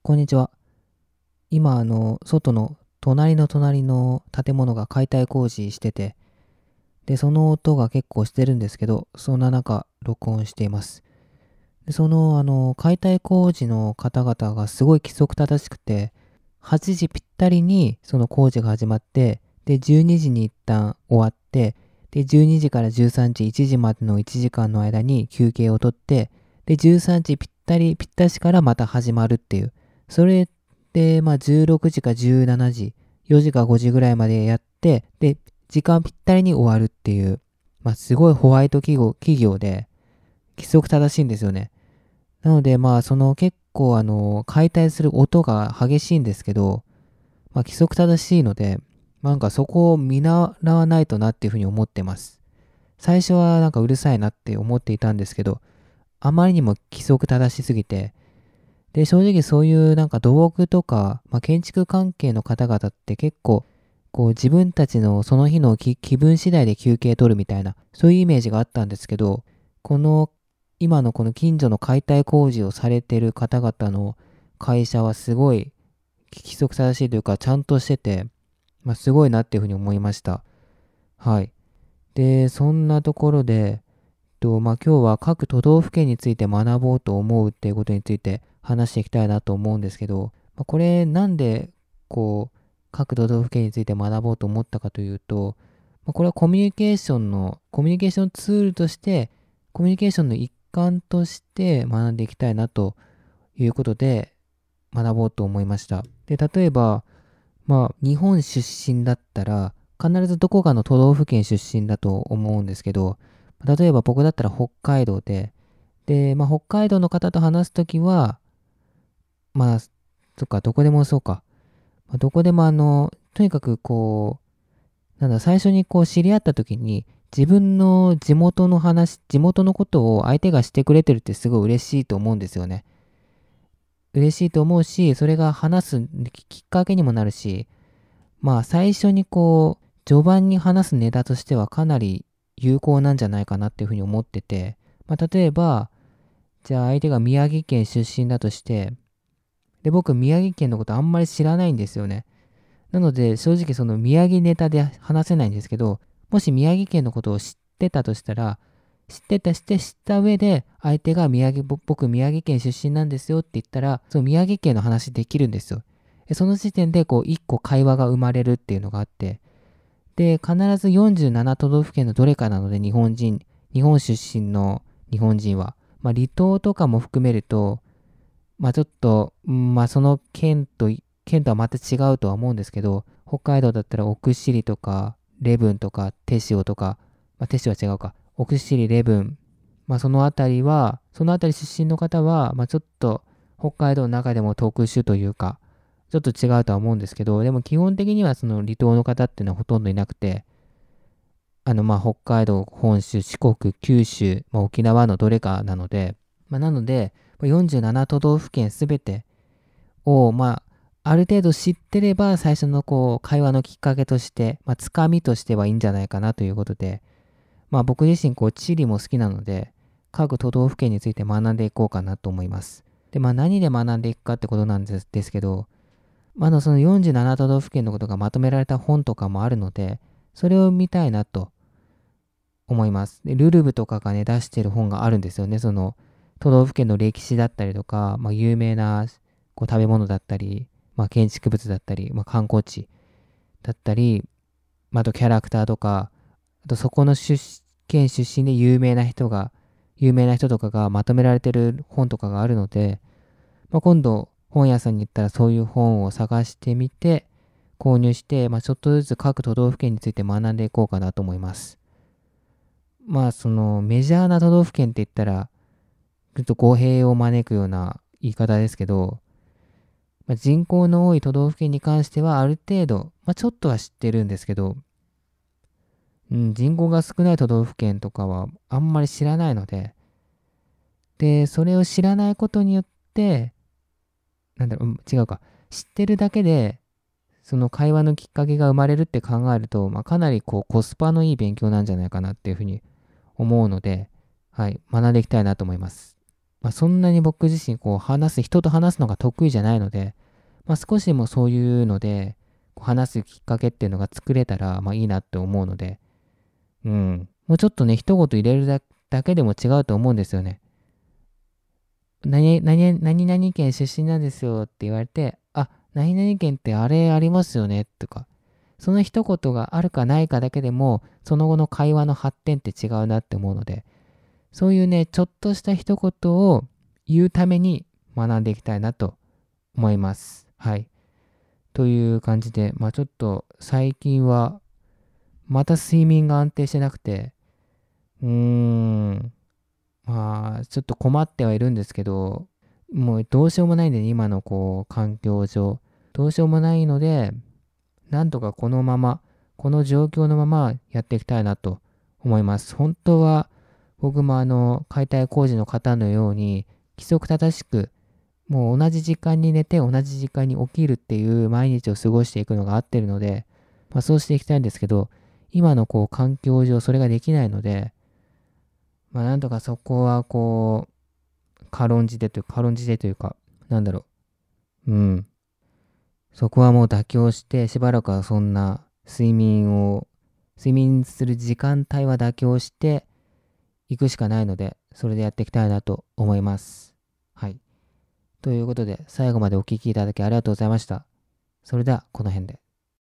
こんにちは。今、外の隣の建物が解体工事してて、で、その音が結構してるんですけど、そんな中、録音しています。で、解体工事の方々がすごい規則正しくて、8時ぴったりにその工事が始まって、で、12時に一旦終わって、で、12時から13時、1時までの1時間の間に休憩をとって、で、13時ぴったしからまた始まるっていう。それで、16時か17時、4時か5時ぐらいまでやって、で、時間ぴったりに終わるっていう、すごいホワイト企業で、規則正しいんですよね。なので、結構解体する音が激しいんですけど、規則正しいので、なんかそこを見習わないとなっていうふうに思ってます。最初はなんかうるさいなって思っていたんですけど、あまりにも規則正しすぎて、で、正直そういうなんか土木とか、建築関係の方々って結構、こう自分たちのその日の気分次第で休憩取るみたいな、そういうイメージがあったんですけど、この今のこの近所の解体工事をされてる方々の会社はすごい規則正しいというかちゃんとしてて、すごいなっていうふうに思いました。はい。で、そんなところで、今日は各都道府県について学ぼうと思うっていうことについて話していきたいなと思うんですけど、これなんで各都道府県について学ぼうと思ったかというと、これはコミュニケーションツールとして、コミュニケーションの一環として学んでいきたいなということで学ぼうと思いました。で、例えば、日本出身だったら、必ずどこかの都道府県出身だと思うんですけど、例えば僕だったら北海道で、北海道の方と話すときは、そっか、どこでもそうか。どこでもとにかく最初に知り合ったときに、自分の地元のことを相手がしてくれてるってすごい嬉しいと思うんですよね。嬉しいと思うし、それが話すきっかけにもなるし、最初に序盤に話すネタとしてはかなり有効なんじゃないかなっていうふうに思ってて、例えば、じゃあ相手が宮城県出身だとして、で、僕宮城県のことあんまり知らないんですよね。なので、正直その宮城ネタで話せないんですけど、もし宮城県のことを知ってたとしたら、知った上で、相手が僕宮城県出身なんですよって言ったら、その宮城県の話できるんですよ。その時点で一個会話が生まれるっていうのがあって、で、必ず47都道府県のどれかなので、日本出身の日本人は、離島とかも含めると、ちょっと、その県とはまた違うとは思うんですけど、北海道だったら奥尻とか、礼文とか、手塩とか、手塩は違うか、奥尻、礼文、そのあたり出身の方は、ちょっと北海道の中でも特殊というか、ちょっと違うとは思うんですけど、でも基本的にはその離島の方っていうのはほとんどいなくて、北海道、本州、四国、九州、沖縄のどれかなので、なので、47都道府県すべてを、ある程度知ってれば、最初の会話のきっかけとして、つかみとしてはいいんじゃないかなということで、僕自身、地理も好きなので、各都道府県について学んでいこうかなと思います。で、何で学んでいくかってことなんですけど、その47都道府県のことがまとめられた本とかもあるので、それを見たいなと思います。で、ルルブとかがね、出してる本があるんですよね。その、都道府県の歴史だったりとか、有名な食べ物だったり、建築物だったり、観光地だったり、あとキャラクターとか、あとそこの県出身で有名な人とかがまとめられてる本とかがあるので、今度本屋さんに行ったらそういう本を探してみて、購入して、ちょっとずつ各都道府県について学んでいこうかなと思います。そのメジャーな都道府県って言ったら、ちょっと語弊を招くような言い方ですけど、人口の多い都道府県に関してはある程度、ちょっとは知ってるんですけど、人口が少ない都道府県とかはあんまり知らないので、で、それを知らないことによって、違うか。知ってるだけで、その会話のきっかけが生まれるって考えると、かなりコスパのいい勉強なんじゃないかなっていうふうに思うので、はい、学んでいきたいなと思います。 そんなに僕自身人と話すのが得意じゃないので、少しでもそういうので、話すきっかけっていうのが作れたら、いいなって思うので、うん。もうちょっとね、一言入れるだけでも違うと思うんですよね。何々県出身なんですよって言われて、あ、何々県ってあれありますよねとか、その一言があるかないかだけでも、その後の会話の発展って違うなって思うので、そういうね、ちょっとした一言を言うために学んでいきたいなと思います。はい。という感じで、ちょっと最近はまた睡眠が安定してなくて、うーん、ちょっと困ってはいるんですけど、もうどうしようもないんでね、今の環境上。どうしようもないので、なんとかこのまま、この状況のままやっていきたいなと思います。本当は僕も解体工事の方のように、規則正しく、もう同じ時間に寝て同じ時間に起きるっていう毎日を過ごしていくのが合ってるので、そうしていきたいんですけど、今の環境上それができないので、なんとかそこは軽んじてというか、なんだろう。うん。そこはもう妥協して、しばらくはそんな睡眠する時間帯は妥協していくしかないので、それでやっていきたいなと思います。はい。ということで、最後までお聞きいただきありがとうございました。それでは、この辺で。